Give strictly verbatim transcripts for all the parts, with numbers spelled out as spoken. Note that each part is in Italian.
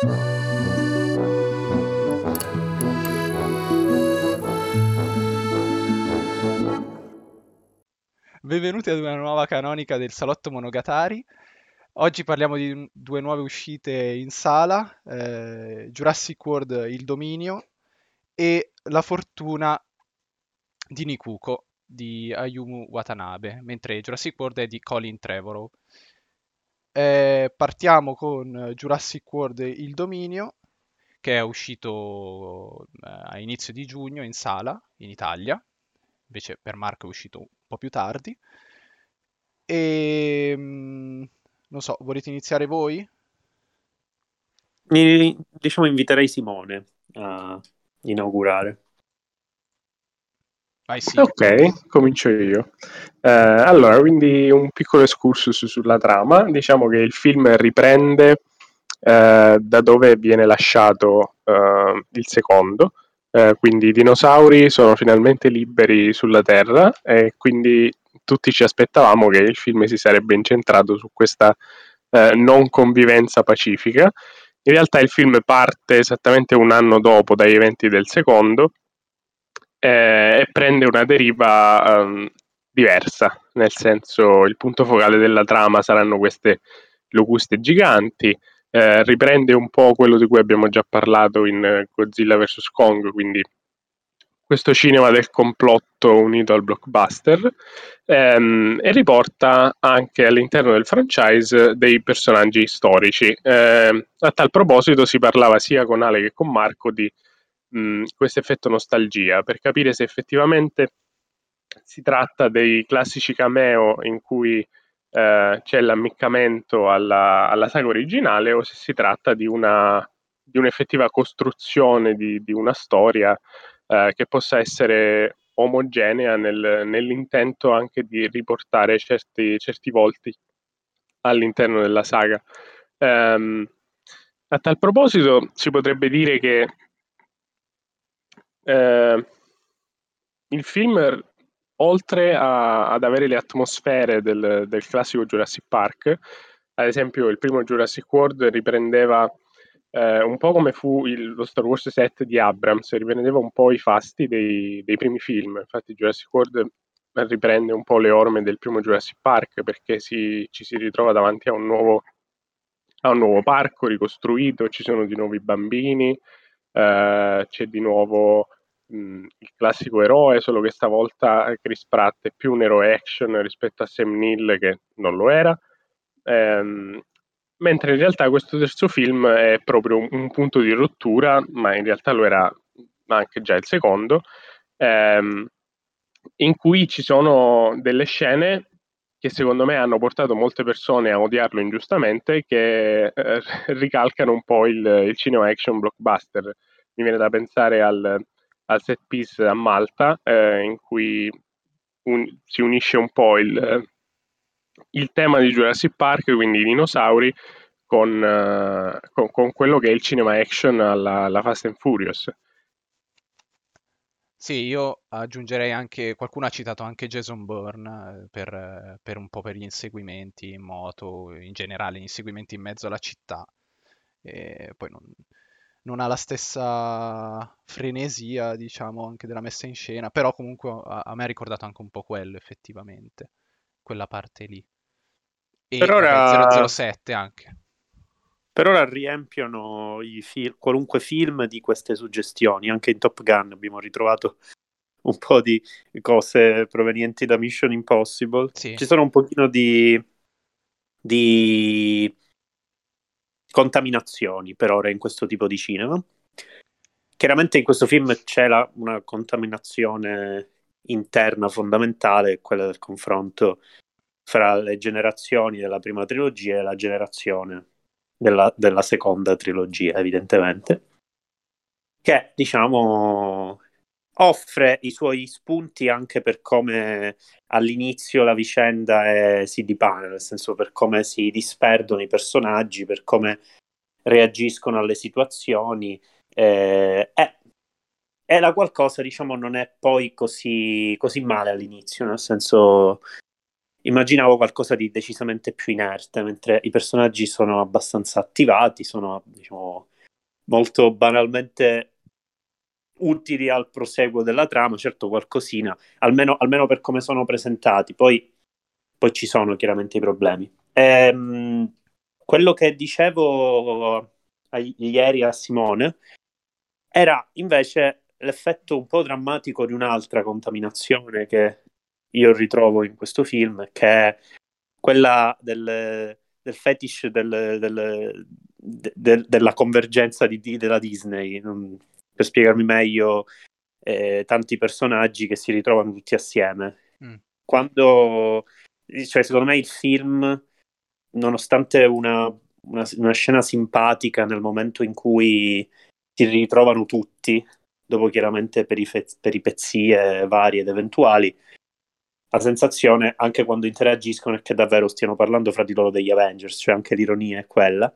Benvenuti ad una nuova canonica del Salotto Monogatari. Oggi parliamo di n- due nuove uscite in sala, eh, Jurassic World Il Dominio e La fortuna di Nikuko di Ayumu Watanabe, mentre Jurassic World è di Colin Trevorrow. Eh, partiamo con Jurassic World Il Dominio, che è uscito eh, a inizio di giugno in sala in Italia, invece per Marco è uscito un po' più tardi. E mm, non so, volete iniziare voi? Mi- diciamo, inviterei Simone a inaugurare. Vai Simo. Ok, comincio io. Eh, allora, quindi un piccolo excursus sulla trama. Diciamo che il film riprende eh, da dove viene lasciato eh, il secondo. Eh, quindi i dinosauri sono finalmente liberi sulla Terra e quindi tutti ci aspettavamo che il film si sarebbe incentrato su questa eh, non convivenza pacifica. In realtà il film parte esattamente un anno dopo dagli eventi del secondo eh, e prende una deriva um, diversa, nel senso il punto focale della trama saranno queste locuste giganti, eh, riprende un po' quello di cui abbiamo già parlato in Godzilla versus. Kong, quindi questo cinema del complotto unito al blockbuster, ehm, e riporta anche all'interno del franchise dei personaggi storici. Eh, a tal proposito si parlava sia con Ale che con Marco di questo effetto nostalgia, per capire se effettivamente si tratta dei classici cameo in cui eh, c'è l'ammiccamento alla, alla saga originale o se si tratta di una di un'effettiva costruzione di, di una storia eh, che possa essere omogenea nel, nell'intento anche di riportare certi, certi volti all'interno della saga. Um, a tal proposito si potrebbe dire che eh, il film, oltre a- ad avere le atmosfere del, del classico Jurassic Park, ad esempio il primo Jurassic World riprendeva eh, un po' come fu il- lo Star Wars set di Abrams, riprendeva un po' i fasti dei, dei primi film. Infatti Jurassic World riprende un po' le orme del primo Jurassic Park perché si- ci si ritrova davanti a un nuovo, a un nuovo parco ricostruito, ci sono di nuovo i bambini, eh, c'è di nuovo mh, il classico eroe, solo che stavolta Chris Pratt è più un eroe action rispetto a Sam Neill che non lo era. Ehm, mentre in realtà questo terzo film è proprio un, un punto di rottura, ma in realtà lo era anche già il secondo, ehm, in cui ci sono delle scene che secondo me hanno portato molte persone a odiarlo ingiustamente, che eh, ricalcano un po' il, il cinema action blockbuster. Mi viene da pensare al, al set piece a Malta, eh, in cui un, si unisce un po' il, il tema di Jurassic Park, quindi i dinosauri, con, eh, con, con quello che è il cinema action alla, alla Fast and Furious. Sì, io aggiungerei anche, qualcuno ha citato anche Jason Bourne eh, per, eh, per un po' per gli inseguimenti in moto, in generale, gli inseguimenti in mezzo alla città. E poi non, non ha la stessa frenesia, diciamo, anche della messa in scena, però comunque a, a me ha ricordato anche un po' quello, effettivamente, quella parte lì. Per E vabbè, ora, zero zero sette anche. per ora riempiono i fil- qualunque film di queste suggestioni. Anche in Top Gun abbiamo ritrovato un po' di cose provenienti da Mission Impossible. Sì. Ci sono un pochino di, di contaminazioni per ora in questo tipo di cinema. Chiaramente in questo film c'è la- una contaminazione interna fondamentale, quella del confronto fra le generazioni della prima trilogia e la generazione della, della seconda trilogia, evidentemente, che diciamo offre i suoi spunti anche per come all'inizio la vicenda è, si dipana, nel senso per come si disperdono i personaggi, per come reagiscono alle situazioni. Eh, è, era qualcosa, diciamo, non è poi così, così male all'inizio, nel senso immaginavo qualcosa di decisamente più inerte, mentre i personaggi sono abbastanza attivati, sono, diciamo, molto banalmente utili al proseguo della trama, certo qualcosina, almeno, almeno per come sono presentati, poi, poi ci sono chiaramente i problemi. Ehm, quello che dicevo a, ieri a Simone era invece l'effetto un po' drammatico di un'altra contaminazione che io ritrovo in questo film, che è quella del, del fetish del, del, de, della convergenza di, di, della Disney. Non, per spiegarmi meglio, eh, tanti personaggi che si ritrovano tutti assieme. Mm. Quando, cioè, secondo me il film, nonostante una, una, una scena simpatica nel momento in cui si ritrovano tutti, dopo chiaramente perife- peripezie varie ed eventuali, la sensazione, anche quando interagiscono, è che davvero stiano parlando fra di loro degli Avengers, cioè anche l'ironia è quella.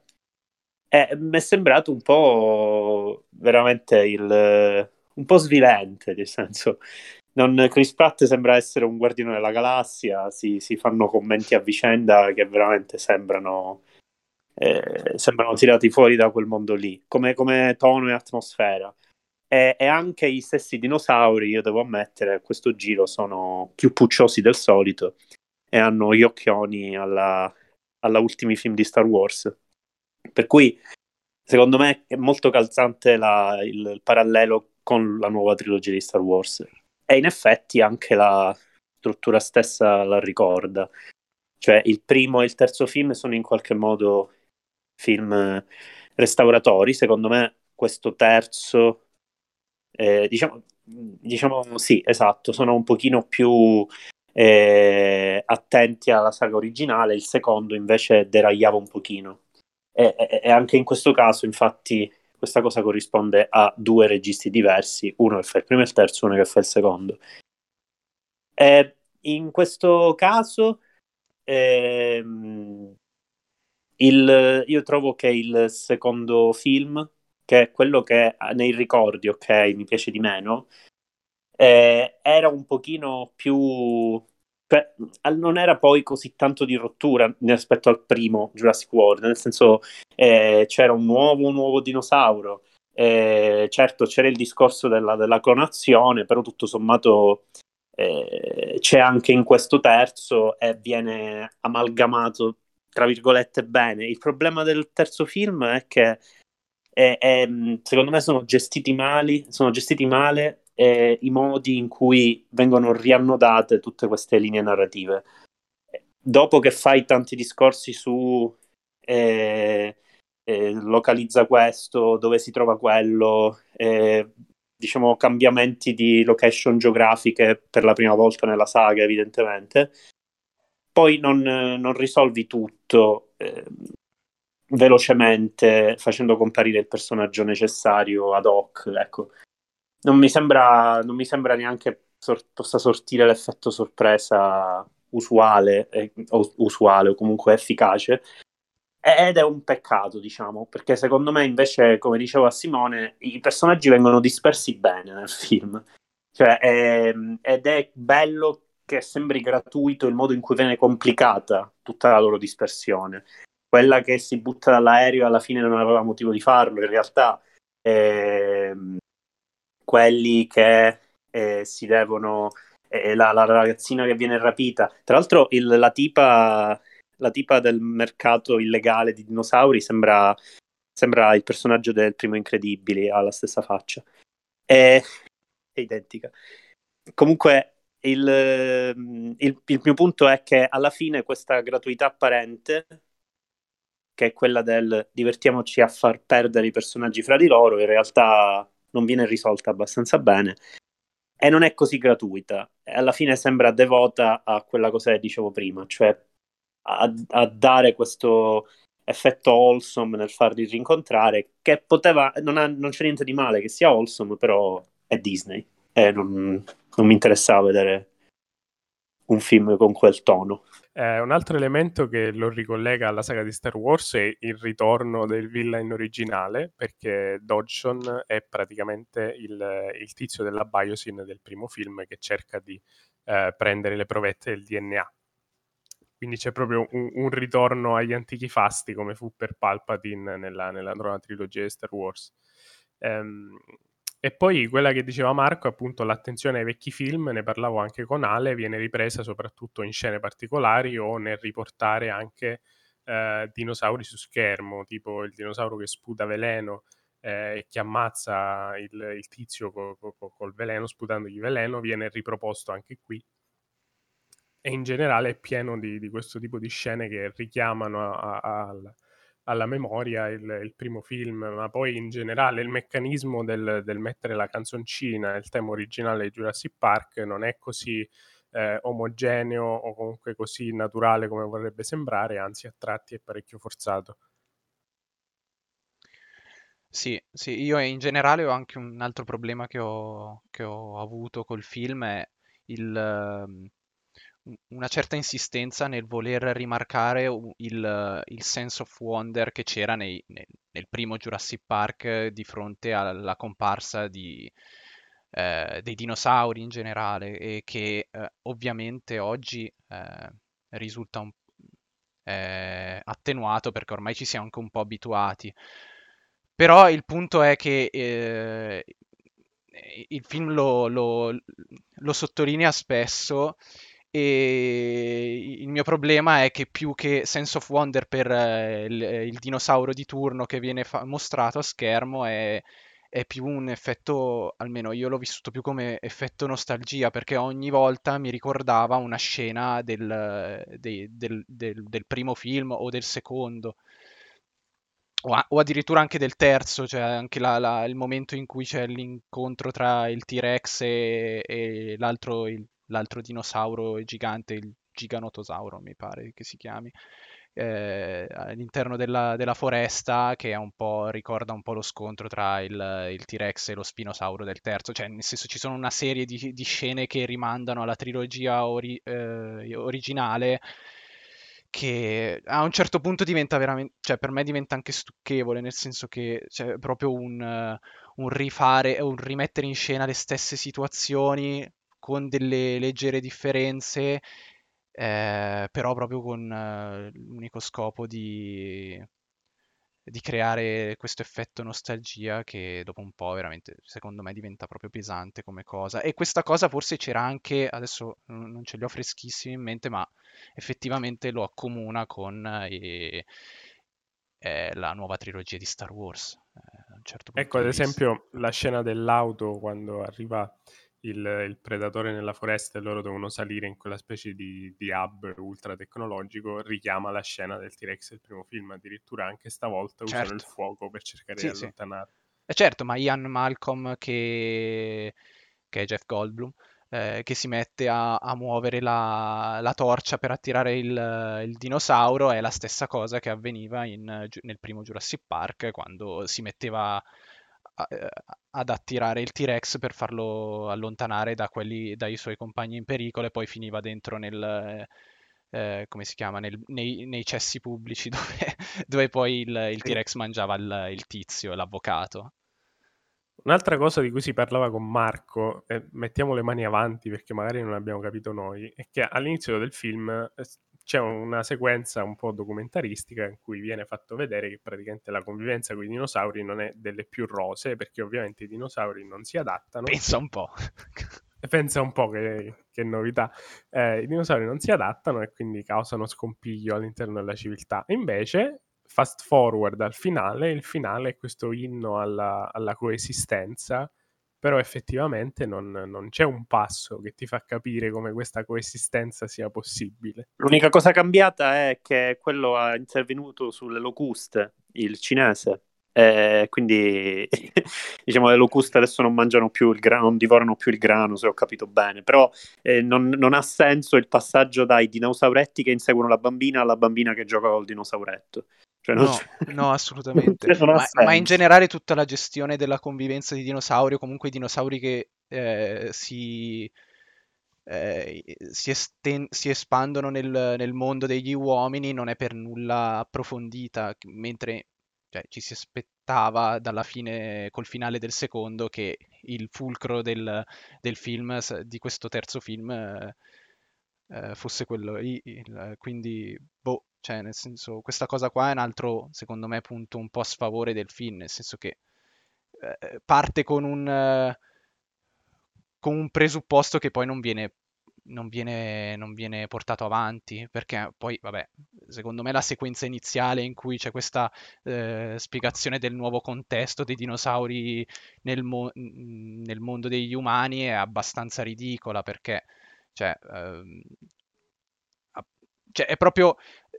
E mi è sembrato un po' veramente il, un po' svilente, nel senso, non, Chris Pratt sembra essere un guardiano della galassia, si, si fanno commenti a vicenda che veramente sembrano, eh, sembrano tirati fuori da quel mondo lì, come, come tono e atmosfera. E, e anche i stessi dinosauri, io devo ammettere, a questo giro sono più pucciosi del solito e hanno gli occhioni alla, alla ultimi film di Star Wars. Per cui, secondo me, è molto calzante la, il, il parallelo con la nuova trilogia di Star Wars. E in effetti anche la struttura stessa la ricorda. Cioè, il primo e il terzo film sono in qualche modo film restauratori. Secondo me, questo terzo, eh, diciamo, diciamo sì, esatto, sono un pochino più eh, attenti alla saga originale. Il secondo invece deragliava un pochino. E, e, e anche in questo caso, infatti, questa cosa corrisponde a due registi diversi, uno che fa il primo e il terzo, uno che fa il secondo. E in questo caso, ehm, il, io trovo che il secondo film, che è quello che nei ricordi, ok, mi piace di meno, eh, era un pochino più... Cioè, non era poi così tanto di rottura rispetto al primo Jurassic World, nel senso eh, c'era un nuovo, un nuovo dinosauro, eh, certo c'era il discorso della, della clonazione, però tutto sommato eh, c'è anche in questo terzo e viene amalgamato tra virgolette bene. Il problema del terzo film è che è, è, secondo me sono gestiti male, sono gestiti male eh, i modi in cui vengono riannodate tutte queste linee narrative. Dopo che fai tanti discorsi su eh, eh, localizza questo, dove si trova quello, eh, diciamo cambiamenti di location geografiche per la prima volta nella saga, evidentemente, poi non, non risolvi tutto eh, velocemente facendo comparire il personaggio necessario ad hoc, ecco. Non mi sembra, non mi sembra neanche sor- possa sortire l'effetto sorpresa usuale, eh, o usuale o comunque efficace. Ed è un peccato, diciamo, perché secondo me invece, come dicevo a Simone, i personaggi vengono dispersi bene nel film. Cioè, è, ed è bello che sembri gratuito il modo in cui viene complicata tutta la loro dispersione. Quella che si butta dall'aereo e alla fine non aveva motivo di farlo, in realtà ehm, quelli che eh, si devono... eh, la, la ragazzina che viene rapita. Tra l'altro il, la tipa... La tipa del mercato illegale di dinosauri sembra, sembra il personaggio del Primo Incredibile, ha la stessa faccia. È, è identica. Comunque, il, il, il mio punto è che alla fine questa gratuità apparente, che è quella del divertiamoci a far perdere i personaggi fra di loro, in realtà non viene risolta abbastanza bene. E non è così gratuita. Alla fine sembra devota a quella cosa che dicevo prima, cioè A, a dare questo effetto wholesome nel farli rincontrare, che poteva, non, ha, non c'è niente di male che sia wholesome, però è Disney e non, non mi interessava vedere un film con quel tono. Eh, un altro elemento che lo ricollega alla saga di Star Wars è il ritorno del villain originale, perché Dodgson è praticamente il, il tizio della Biosyn del primo film che cerca di eh, prendere le provette del D N A. quindi c'è proprio un, un ritorno agli antichi fasti come fu per Palpatine nella, nella nuova trilogia di Star Wars. Ehm, e poi quella che diceva Marco, appunto l'attenzione ai vecchi film, ne parlavo anche con Ale, viene ripresa soprattutto in scene particolari o nel riportare anche eh, dinosauri su schermo, tipo il dinosauro che sputa veleno e eh, che ammazza il, il tizio co, co, col veleno, sputandogli veleno, viene riproposto anche qui. E in generale è pieno di, di questo tipo di scene che richiamano a, a, a, alla memoria il, il primo film, ma poi in generale il meccanismo del, del mettere la canzoncina, il tema originale di Jurassic Park non è così eh, omogeneo o comunque così naturale come vorrebbe sembrare, anzi a tratti è parecchio forzato. Sì, sì, io in generale ho anche un altro problema che ho, che ho avuto col film, è il, ehm, un- una certa insistenza nel voler rimarcare u- il, il sense of wonder che c'era nei- nel, nel primo Jurassic Park eh, di fronte alla comparsa di, eh, dei dinosauri in generale e che eh, ovviamente oggi eh, risulta un eh, attenuato perché ormai ci siamo anche un po' abituati. Però il punto è che eh, il film lo, lo- lo sottolinea spesso e il mio problema è che più che sense of wonder per eh, il, il dinosauro di turno che viene fa- mostrato a schermo è, è più un effetto, almeno io l'ho vissuto più come effetto nostalgia, perché ogni volta mi ricordava una scena del, dei- del- del- del primo film o del secondo. O, a- o addirittura anche del terzo, cioè anche la- la- il momento in cui c'è l'incontro tra il T-Rex e, e l'altro, il- l'altro dinosauro gigante, il Giganotosauro, mi pare che si chiami, eh, all'interno della, della foresta, che è un po', ricorda un po' lo scontro tra il, il T-Rex e lo Spinosauro del terzo, cioè nel senso ci sono una serie di, di scene che rimandano alla trilogia ori- eh, originale che a un certo punto diventa veramente, cioè per me diventa anche stucchevole, nel senso che c'è proprio un, eh, un rifare, un rimettere in scena le stesse situazioni con delle leggere differenze, eh, però proprio con eh, l'unico scopo di, di creare questo effetto nostalgia che dopo un po' veramente, secondo me, diventa proprio pesante come cosa. E questa cosa forse c'era anche, adesso non non ce li ho freschissimi in mente, ma effettivamente lo accomuna con eh, eh, la nuova trilogia di Star Wars, eh, da un certo Ecco, punto ad di vista. esempio, la scena dell'auto quando arriva il, il predatore nella foresta e loro devono salire in quella specie di, di hub ultra tecnologico, richiama la scena del T-Rex del primo film. Addirittura anche stavolta usano il Certo, fuoco per cercare di sì, sì. allontanare. E certo, ma Ian Malcolm che, che è Jeff Goldblum, eh, che si mette a, a muovere la, la torcia per attirare il, il dinosauro è la stessa cosa che avveniva in- nel primo Jurassic Park quando si metteva a- eh, ad attirare il T-Rex per farlo allontanare da quelli, dai suoi compagni in pericolo e poi finiva dentro nel, eh, come si chiama, nel- nei, nei cessi pubblici dove, dove poi il, il Sì. T-Rex mangiava il, il tizio, l'avvocato. Un'altra cosa di cui si parlava con Marco, e mettiamo le mani avanti perché magari non abbiamo capito noi, è che all'inizio del film eh, c'è una sequenza un po' documentaristica in cui viene fatto vedere che praticamente la convivenza con i dinosauri non è delle più rosee, perché ovviamente i dinosauri non si adattano. Pensa un po'. E pensa un po' che, che novità. Eh, I dinosauri non si adattano e quindi causano scompiglio all'interno della civiltà. Invece, fast forward al finale, il finale è questo inno alla, alla coesistenza, però effettivamente non, non c'è un passo che ti fa capire come questa coesistenza sia possibile. L'unica cosa cambiata è che quello ha intervenuto sulle locuste, il cinese. Eh, quindi diciamo le locuste adesso non mangiano più il grano, non divorano più il grano, se ho capito bene. Però eh, non, non ha senso il passaggio dai dinosauretti che inseguono la bambina alla bambina che gioca col dinosauretto. Cioè, non, No, no, non, assolutamente. non ha Ma, ma in senso. generale tutta la gestione della convivenza di dinosauri, o comunque i dinosauri che eh, si, eh, si, esten- si espandono nel, nel mondo degli uomini, non è per nulla approfondita, mentre cioè, ci si aspettava dalla fine, col finale del secondo, che il fulcro del, del film, s- di questo terzo film, eh, eh, fosse quello. i- il- quindi, boh, cioè, nel senso, questa cosa qua è un altro, secondo me, punto un po' a sfavore del film, nel senso che eh, parte con un, eh, con un presupposto che poi non viene, non viene, non viene portato avanti, perché poi, vabbè, secondo me la sequenza iniziale in cui c'è questa eh, spiegazione del nuovo contesto dei dinosauri nel, mo- nel mondo degli umani è abbastanza ridicola, perché, cioè, ehm, a- cioè, è proprio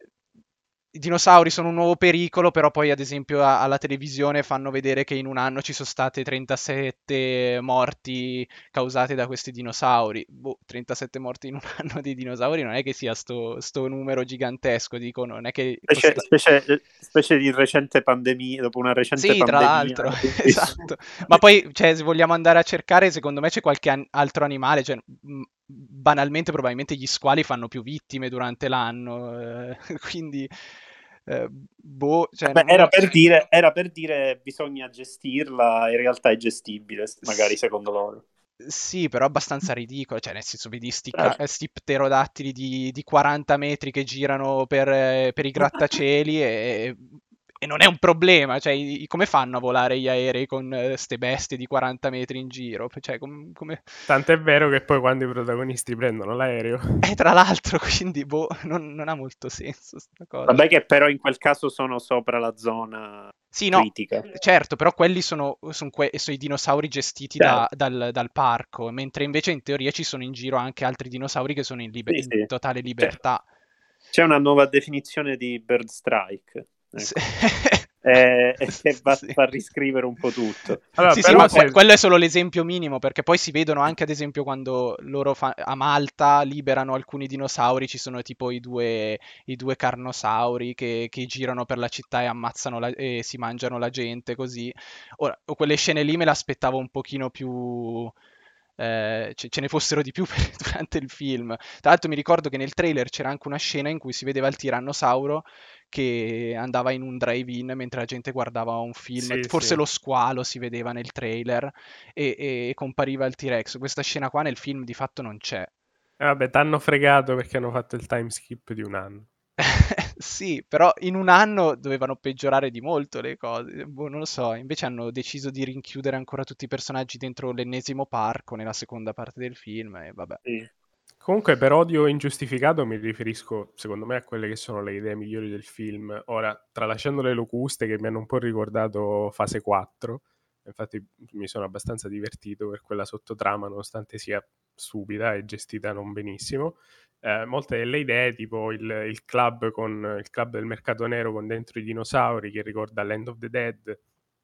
i dinosauri sono un nuovo pericolo, però poi ad esempio a- alla televisione fanno vedere che in un anno ci sono state trentasette morti causate da questi dinosauri. Boh, trentasette morti in un anno di dinosauri non è che sia sto, sto numero gigantesco, dico, non è che Specie, costa... specie, specie di recente pandemia, dopo una recente Sì, tra pandemia. l'altro, Quindi... esatto. Ma poi, cioè, se vogliamo andare a cercare, secondo me c'è qualche an- altro animale, cioè, mh, banalmente, probabilmente gli squali fanno più vittime durante l'anno, eh, quindi, eh, boh, cioè, Beh, non, era non- per dire, era per dire bisogna gestirla, in realtà è gestibile, magari s- secondo loro. sì, però abbastanza ridicolo, cioè, nel senso, vedi sti, ca- Certo. eh, sti pterodattili di, di quaranta metri che girano per, eh, per i grattacieli e... E non è un problema, cioè, i- come fanno a volare gli aerei con eh, ste bestie di quaranta metri in giro? Cioè, com- come... Tant'è vero che poi quando i protagonisti prendono l'aereo... E tra l'altro, quindi, boh, non, non ha molto senso sta cosa. Vabbè che però in quel caso sono sopra la zona Sì, no, critica. certo, però quelli sono, sono que- sono i dinosauri gestiti da- Certo, dal, dal parco, mentre invece in teoria ci sono in giro anche altri dinosauri che sono in, libe- sì, in sì. totale C'è, libertà. c'è una nuova definizione di bird strike, Sì. ecco. Eh, e che va a Sì. far riscrivere un po' tutto. Allora, Sì, sì, però ma que- se... quello è solo l'esempio minimo, perché poi si vedono anche, ad esempio, quando loro fa- a Malta liberano alcuni dinosauri, ci sono tipo i due, i due carnosauri che, che girano per la città e ammazzano la- e si mangiano la gente, così. Ora, quelle scene lì me l'aspettavo un pochino più... eh, ce, ce ne fossero di più per- durante il film. Tra l'altro mi ricordo che nel trailer c'era anche una scena in cui si vedeva il tirannosauro che andava in un drive-in mentre la gente guardava un film, Sì, forse sì. lo squalo si vedeva nel trailer e, e compariva il T-Rex. Questa scena qua nel film di fatto non c'è. E vabbè, t'hanno fregato perché hanno fatto il time skip di un anno. Sì, però in un anno dovevano peggiorare di molto le cose. Boh, non lo so, invece hanno deciso di rinchiudere ancora tutti i personaggi dentro l'ennesimo parco nella seconda parte del film e vabbè. Sì. Comunque, per odio ingiustificato mi riferisco, secondo me, a quelle che sono le idee migliori del film. Ora, tralasciando le locuste che mi hanno un po' ricordato fase quattro, infatti mi sono abbastanza divertito per quella sottotrama, nonostante sia stupida e gestita non benissimo. Eh, molte delle idee, tipo il, il club con il club del mercato nero con dentro i dinosauri, che ricorda Land of the Dead,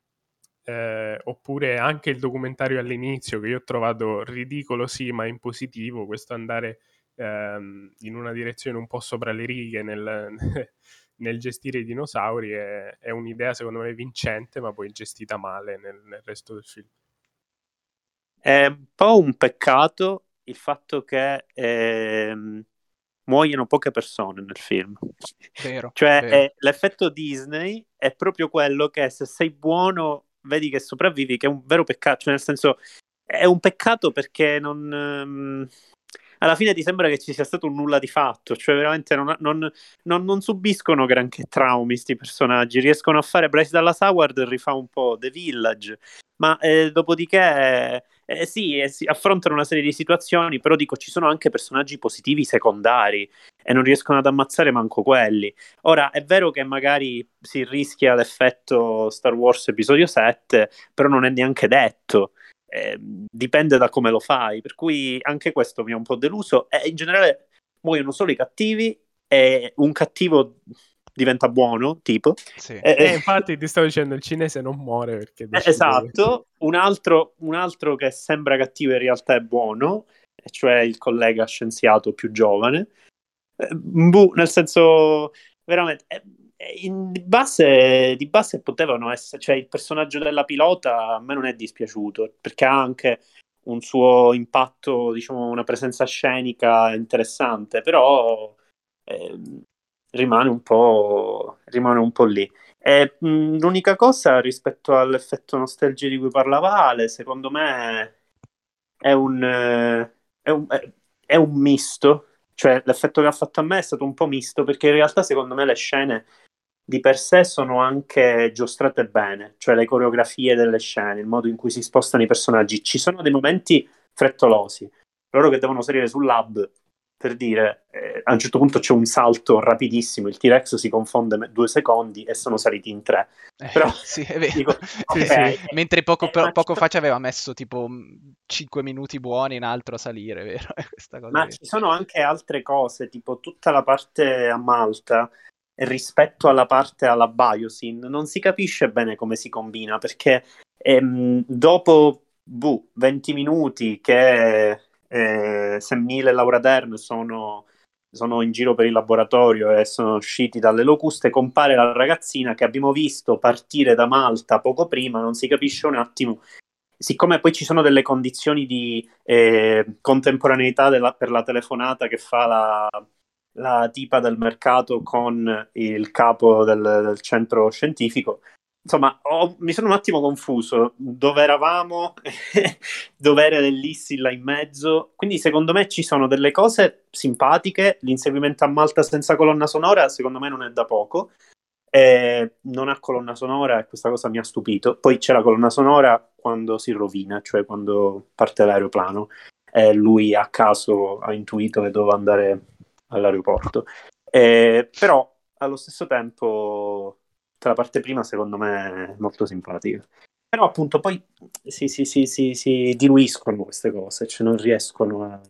eh, oppure anche il documentario all'inizio che io ho trovato ridicolo, sì, ma in positivo, questo andare ehm, in una direzione un po' sopra le righe nel, nel gestire i dinosauri è, è un'idea secondo me vincente, ma poi gestita male nel, nel resto del film. È un po' un peccato il fatto che ehm, muoiono poche persone nel film. Vero, Cioè, vero. è- l'effetto Disney è proprio quello che se sei buono, vedi che sopravvivi, che è un vero peccato. Cioè, nel senso, è un peccato perché non... ehm, alla fine ti sembra che ci sia stato un nulla di fatto. Cioè, veramente non, non- non- non subiscono granché traumi sti personaggi. Riescono a fare... Bryce Dallas Howard rifà un po' The Village, ma eh, dopodiché... Eh, sì, eh, si affrontano una serie di situazioni, però dico ci sono anche personaggi positivi secondari e non riescono ad ammazzare manco quelli. Ora, è vero che magari si rischia l'effetto Star Wars episodio sette, però non è neanche detto. Eh, dipende da come lo fai, per cui anche questo mi ha un po' deluso e in generale muoiono solo i cattivi e un cattivo diventa buono, tipo. Sì. Eh, E infatti ti stavo dicendo, il cinese non muore perché eh, decide... esatto, un altro, un altro che sembra cattivo in realtà è buono, e cioè il collega scienziato più giovane. Eh, boh, nel senso, veramente, eh, eh, in- di base, di base potevano essere, cioè il personaggio della pilota a me non è dispiaciuto, perché ha anche un suo impatto, diciamo, una presenza scenica interessante, però ehm, rimane un po', rimane un po' lì. E, mh, l'unica cosa rispetto all'effetto nostalgia di cui parlava Ale, secondo me è un, eh, è un, è- è un misto, Cioè, l'effetto che ha fatto a me è stato un po' misto, perché in realtà secondo me le scene di per sé sono anche giostrate bene, cioè le coreografie delle scene, il modo in cui si spostano i personaggi. Ci sono dei momenti frettolosi, loro che devono salire sul lab, per dire, eh, a un certo punto c'è un salto rapidissimo, il T-Rex si confonde me- due secondi e sono saliti in tre. Eh, Però sì, è vero. dico, Sì, ok, sì. eh, Mentre poco, ma ci poco sono- fa ci aveva messo tipo cinque minuti buoni in altro a salire, vero? Questa cosa Ma qui. ci sono anche altre cose, tipo tutta la parte a Malta rispetto alla parte alla Biosyn, non si capisce bene come si combina, perché ehm, dopo boh, venti minuti che eh, Sam Neill e Laura Dern sono, sono in giro per il laboratorio e sono usciti dalle locuste, compare la ragazzina che abbiamo visto partire da Malta poco prima, non si capisce un attimo. Siccome poi ci sono delle condizioni di eh, contemporaneità della- per la telefonata che fa la, la tipa del mercato con il capo del, del centro scientifico, insomma, ho- mi sono un attimo confuso dove eravamo, dove era l'Issi là in mezzo. Quindi, secondo me, ci sono delle cose simpatiche. L'inseguimento a Malta senza colonna sonora, secondo me, non è da poco. Eh, non ha colonna sonora e questa cosa mi ha stupito. Poi c'è la colonna sonora quando si rovina, cioè quando parte l'aeroplano e lui a caso ha intuito che doveva andare all'aeroporto. Eh, però allo stesso tempo tutta la parte prima secondo me è molto simpatica. Però appunto poi si, si, si, si, si diluiscono queste cose, cioè non riescono a,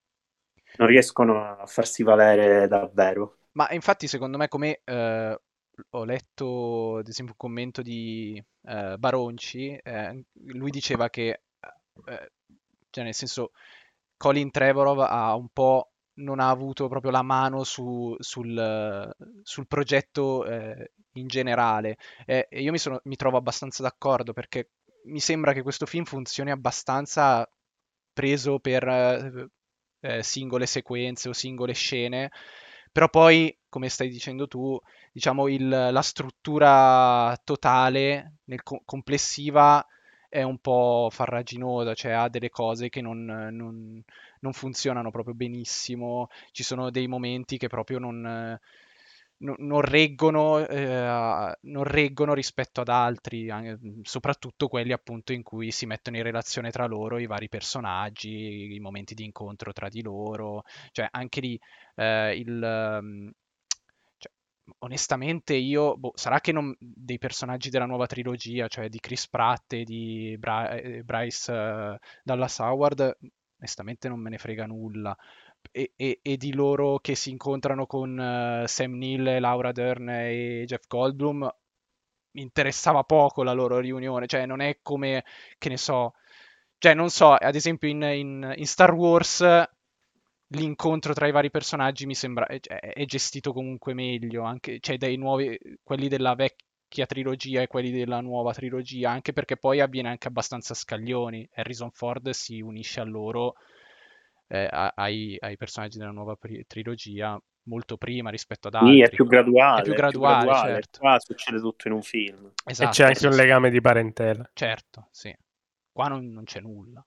non riescono a farsi valere davvero. Ma infatti, secondo me, come eh, ho letto, ad esempio, un commento di eh, Baronci, eh, lui diceva che, eh, cioè nel senso, Colin Trevorrow ha un po' non ha avuto proprio la mano su- sul, sul progetto eh, in generale. E e io mi, sono- mi trovo abbastanza d'accordo perché mi sembra che questo film funzioni abbastanza preso per eh, eh, singole sequenze o singole scene, però poi, come stai dicendo tu, diciamo il- la struttura totale, nel co- complessiva, è un po' farraginosa, cioè ha delle cose che non, non- non funzionano proprio benissimo, ci sono dei momenti che proprio non, eh, non- non reggono, eh, non reggono rispetto ad altri, an- soprattutto quelli appunto in cui si mettono in relazione tra loro i vari personaggi, i momenti di incontro tra di loro, cioè anche lì eh, il... ehm, cioè, onestamente io, boh, sarà che non, dei personaggi della nuova trilogia, cioè di Chris Pratt e di Bra- eh, Bryce eh, Dallas Howard, onestamente non me ne frega nulla. E, e- e di loro che si incontrano con eh, Sam Neill, Laura Dern e Jeff Goldblum, mi interessava poco la loro riunione, cioè non è come, che ne so, cioè non so, ad esempio in, in- in Star Wars l'incontro tra i vari personaggi mi sembra è, è gestito comunque meglio, anche, cioè dai nuovi, quelli della vecchia trilogia e quelli della nuova trilogia, anche perché poi avviene anche abbastanza a scaglioni. Harrison Ford si unisce a loro, eh, a- ai, ai personaggi della nuova pri- trilogia molto prima rispetto ad Sì, è altri. più È più graduale, è più graduale, graduale. certo. Qua succede tutto in un film. E c'è Esatto, anche sì, un sì. legame di parentela. Certo, sì. Qua non, non c'è nulla.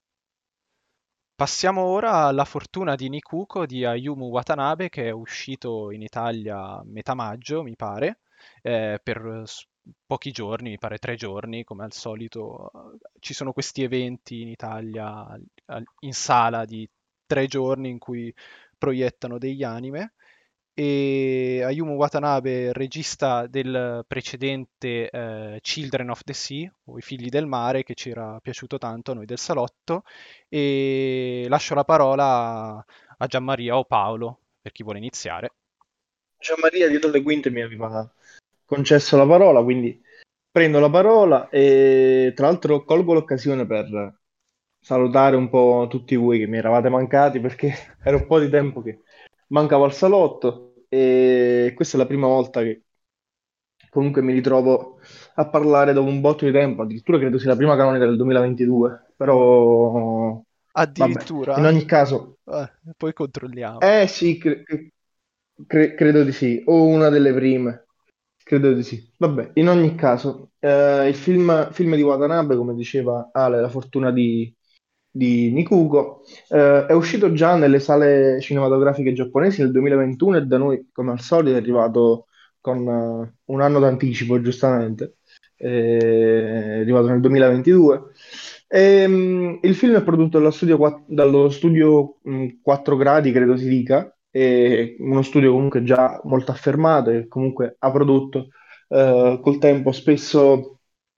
Passiamo ora alla fortuna di Nikuko di Ayumu Watanabe, che è uscito in Italia a metà maggio, mi pare, eh, per s- pochi giorni, mi pare tre giorni, come al solito. eh, Ci sono questi eventi in Italia al- al- in sala di tre giorni in cui proiettano degli anime. E Ayumu Watanabe, regista del precedente eh, Children of the Sea, o I figli del mare, che ci era piaciuto tanto a noi del salotto, e lascio la parola a Gianmaria o Paolo per chi vuole iniziare. Gianmaria dietro le quinte mi aveva concesso la parola, quindi prendo la parola e tra l'altro colgo l'occasione per salutare un po' tutti voi che mi eravate mancati perché era un po' di tempo che mancavo al salotto e questa è la prima volta che comunque mi ritrovo a parlare dopo un botto di tempo, addirittura credo sia la prima canonica del duemilaventidue, però vabbè, in Addirittura? ogni caso, Eh, poi controlliamo. eh sì, cre- cre- credo di sì, o una delle prime. Credo di sì. Vabbè, in ogni caso, eh, il film, film di Watanabe, come diceva Ale, La fortuna di, di Nikuko. Eh, è uscito già nelle sale cinematografiche giapponesi nel duemilaventuno e da noi, come al solito, è arrivato con eh, un anno d'anticipo, giustamente. Eh, è arrivato nel duemilaventidue. Ehm, il film è prodotto dallo studio, quatt- dallo studio mh, quattro gradi, credo si dica, è uno studio comunque già molto affermato e comunque ha prodotto eh, col tempo spesso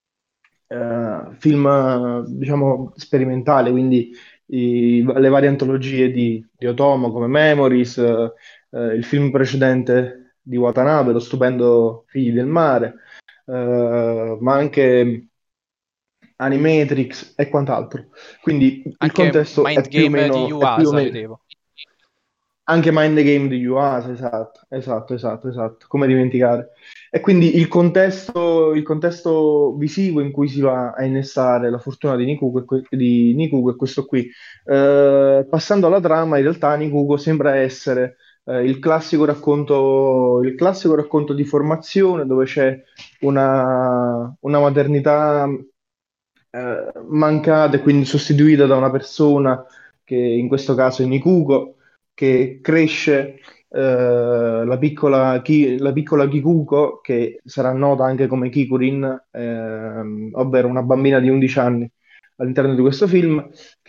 eh, film, eh, diciamo, sperimentali, quindi i- le varie antologie di, di Otomo come Memories, eh, eh, il film precedente di Watanabe, lo stupendo Figli del mare, eh, ma anche Animatrix e quant'altro. Quindi il Anche contesto Mind è più o Game di meno, è più o Yuasa, meno vedevo. anche Mind Game di Yuasa, esatto, esatto, esatto, esatto, come dimenticare. E quindi il contesto, il contesto visivo in cui si va a innestare la fortuna di Nikuko è, que- di Nikuko è questo qui. Eh, passando alla trama, in realtà Nikuko sembra essere eh, il classico racconto, il classico racconto di formazione dove c'è una, una maternità eh, mancata e quindi sostituita da una persona che in questo caso è Nikuko, che cresce eh, la piccola, Ki- la piccola Kikuko, che sarà nota anche come Kikurin, ehm, ovvero una bambina di undici anni all'interno di questo film,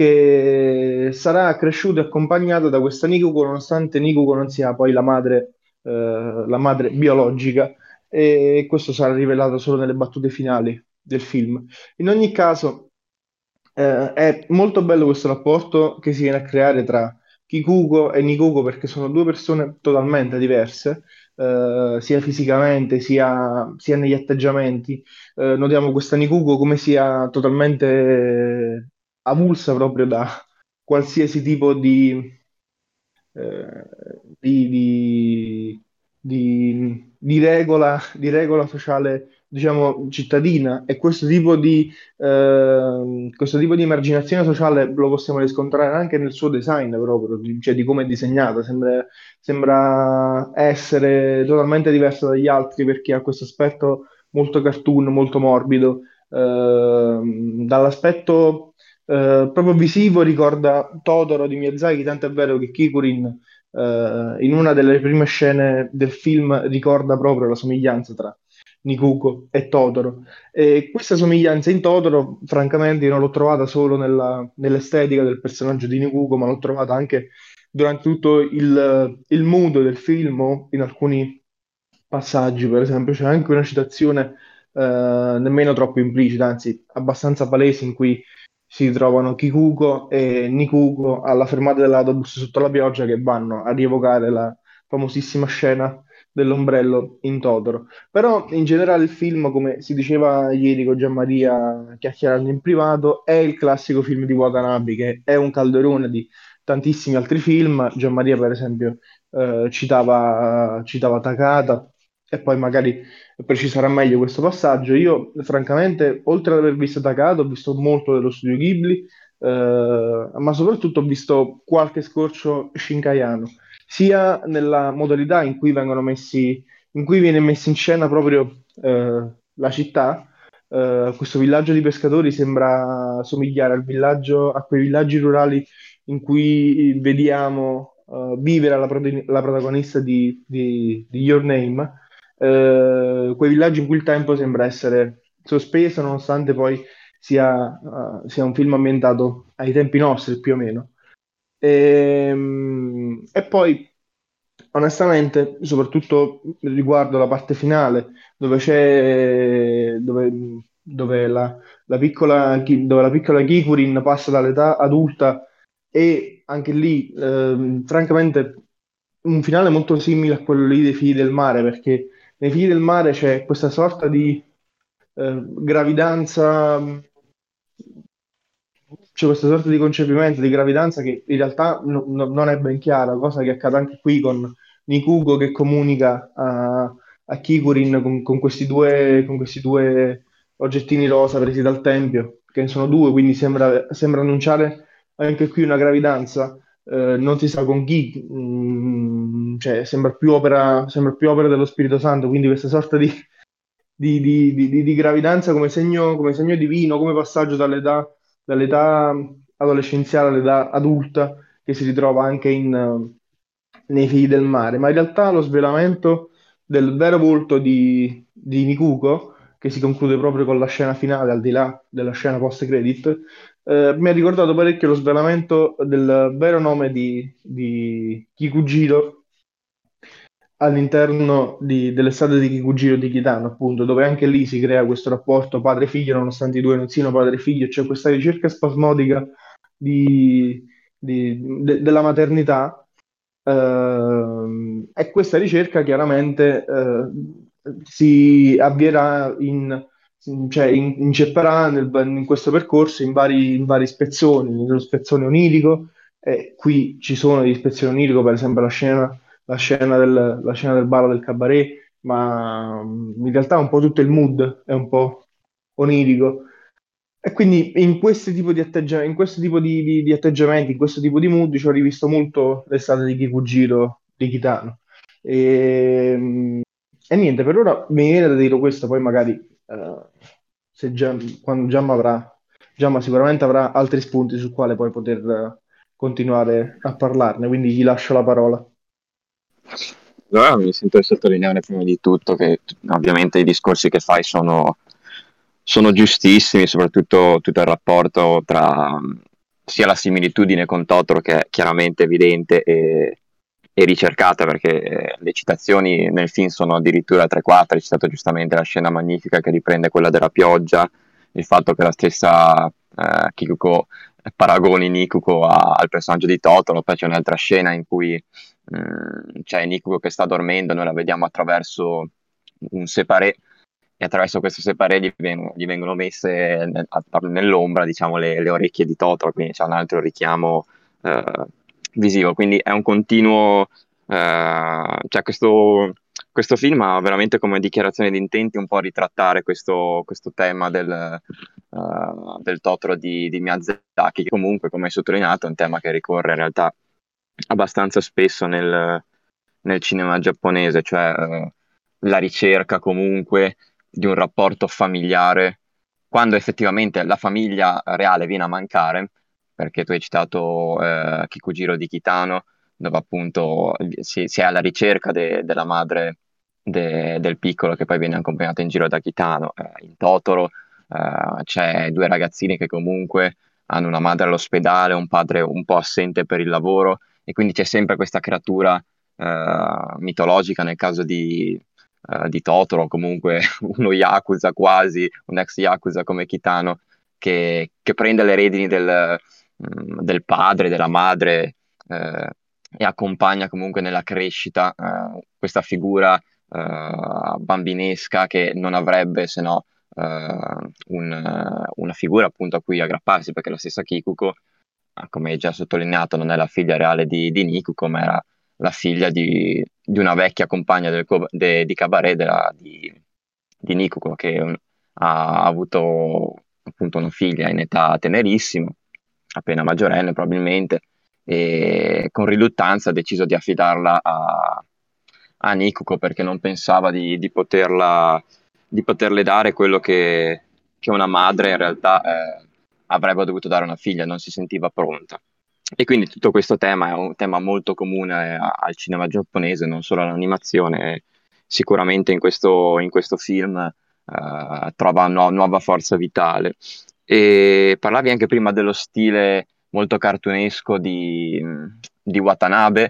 che sarà cresciuta e accompagnata da questa Nikuko, nonostante Nikuko non sia poi la madre, eh, la madre biologica, e questo sarà rivelato solo nelle battute finali del film. In ogni caso, eh, è molto bello questo rapporto che si viene a creare tra Kikuko e Nikuko perché sono due persone totalmente diverse, eh, sia fisicamente sia, sia negli atteggiamenti. Eh, notiamo questa Nikuko come sia totalmente avulsa proprio da qualsiasi tipo di eh, di, di- di- di regola, di regola sociale, diciamo, cittadina. E questo tipo di, ehm, questo tipo di emarginazione sociale lo possiamo riscontrare anche nel suo design proprio, di- cioè di come è disegnata. Sembra, sembra essere totalmente diversa dagli altri perché ha questo aspetto molto cartoon, molto morbido. Ehm, dall'aspetto eh, proprio visivo ricorda Totoro di Miyazaki, tanto è vero che Kikurin eh, in una delle prime scene del film ricorda proprio la somiglianza tra Nikuko e Totoro. E questa somiglianza in Totoro, francamente, io non l'ho trovata solo nella- nell'estetica del personaggio di Nikuko, ma l'ho trovata anche durante tutto il, il mood del film, o in alcuni passaggi, per esempio, c'è anche una citazione eh, nemmeno troppo implicita, anzi abbastanza palese, in cui si trovano Kikuko e Nikuko alla fermata dell'autobus sotto la pioggia che vanno a rievocare la famosissima scena dell'ombrello in Totoro. Però in generale il film, come si diceva ieri con Gianmaria chiacchierando in privato, è il classico film di Watanabe, che è un calderone di tantissimi altri film. Gianmaria, per esempio, eh, citava, citava Takata, e poi magari preciserà meglio questo passaggio. Io, francamente, oltre ad aver visto Takata, ho visto molto dello studio Ghibli, eh, ma soprattutto ho visto qualche scorcio shinkaiano, sia nella modalità in cui vengono messi, in cui viene messa in scena proprio eh, la città. Eh, questo villaggio di pescatori sembra somigliare al villaggio, a quei villaggi rurali in cui vediamo eh, vivere la, prot- la protagonista di, di- di Your Name, eh, quei villaggi in cui il tempo sembra essere sospeso, nonostante poi sia, eh, sia un film ambientato ai tempi nostri più o meno. Ehm, E, poi, onestamente, soprattutto riguardo la parte finale, dove c'è, dove, dove la, la piccola, Ki- dove la piccola Kikurin passa dall'età adulta, e anche lì, ehm, francamente, un finale molto simile a quello lì dei Figli del Mare, perché nei Figli del Mare c'è questa sorta di eh, gravidanza, c'è questa sorta di concepimento di gravidanza che in realtà no- no- non è ben chiara, cosa che accade anche qui con Nikuko che comunica a, a Kikurin con, con questi due, con questi due oggettini rosa presi dal tempio, che ne sono due, quindi sembra, sembra annunciare anche qui una gravidanza. Eh, non si sa con chi, mm, cioè sembra più opera, sembra più opera dello Spirito Santo, quindi questa sorta di, di- di- di- di- di gravidanza come segno, come segno divino, come passaggio dall'età dall'età adolescenziale all'età adulta che si ritrova anche in, eh, nei Figli del Mare, ma in realtà lo svelamento del vero volto di, di Nikuko, che si conclude proprio con la scena finale, al di là della scena post-credit, eh, mi ha ricordato parecchio lo svelamento del vero nome di, di Kikujiro all'interno di- dell'estate di Kikujiro di Kitano, appunto, dove anche lì si crea questo rapporto padre-figlio, nonostante i due non siano padre-figlio, c'è questa ricerca spasmodica di- di- de- della maternità. Ehm, e questa ricerca chiaramente eh, si avvierà in, cioè in- incepperà nel- in questo percorso in vari, in vari spezzoni, nello spezzone onirico, e qui ci sono degli spezzoni onirico, per esempio la scena, la scena del, la scena del ballo del cabaret, ma mm, in realtà un po' tutto il mood è un po' onirico. E quindi in questo tipo di atteggia- in questo tipo di, di- di atteggiamenti, in questo tipo di mood, ci ho rivisto molto l'estate di Kikujiro di Kitano. E, e niente, per ora mi viene da dire questo, poi magari eh, se Gian- quando Giamma avrà, Giamma sicuramente avrà altri spunti su quale poi poter eh, continuare a parlarne, quindi gli lascio la parola. Allora mi sento di sottolineare prima di tutto che ovviamente i discorsi che fai sono, sono giustissimi, soprattutto tutto il rapporto tra mh, sia la similitudine con Totoro, che è chiaramente evidente e, e ricercata, perché eh, le citazioni nel film sono addirittura tre quattro. Hai citato giustamente la scena magnifica che riprende quella della pioggia, il fatto che la stessa eh, Kikuko paragoni Nikuko a- al personaggio di Totoro. Poi c'è un'altra scena in cui Mm, c'è Nikuko che sta dormendo, noi la vediamo attraverso un separé, e attraverso questo separé gli, vengono, gli vengono messe nel- a- nell'ombra, diciamo, le, le orecchie di Totoro, quindi c'è un altro richiamo eh, visivo, quindi è un continuo, eh, cioè questo, questo film ha veramente come dichiarazione di intenti un po' ritrattare questo, questo tema del, eh, del Totoro di, di Miyazaki, che comunque, come hai sottolineato, è un tema che ricorre in realtà abbastanza spesso nel, nel cinema giapponese, cioè eh, la ricerca comunque di un rapporto familiare, quando effettivamente la famiglia reale viene a mancare, perché tu hai citato eh, Kikujiro di Kitano, dove appunto si, si è alla ricerca de- della madre de- del piccolo, che poi viene accompagnato in giro da Kitano. Eh, in Totoro eh, c'è due ragazzini che comunque hanno una madre all'ospedale, un padre un po' assente per il lavoro, e quindi c'è sempre questa creatura eh, mitologica nel caso di, eh, di Totoro, o comunque uno Yakuza quasi, un ex Yakuza come Kitano, che, che prende le redini del, mm, del padre, della madre, eh, e accompagna comunque nella crescita eh, questa figura eh, bambinesca che non avrebbe se no eh, un- una figura appunto a cui aggrapparsi, perché la stessa Kikuko, ah, come hai già sottolineato, non è la figlia reale di, di Nikuko, ma era la figlia di, di una vecchia compagna del co- de- di cabaret della- di, di Nikuko, che um, ha avuto appunto una figlia in età tenerissima, appena maggiorenne probabilmente, e con riluttanza ha deciso di affidarla a, a Nikuko, perché non pensava di, di poterla, di poterle dare quello che, che una madre in realtà eh, avrebbe dovuto dare a una figlia, non si sentiva pronta. E quindi tutto questo tema è un tema molto comune a- al cinema giapponese, non solo all'animazione. Sicuramente in questo, in questo film eh, trova nu- nuova forza vitale. E parlavi anche prima dello stile molto cartunesco di, di Watanabe,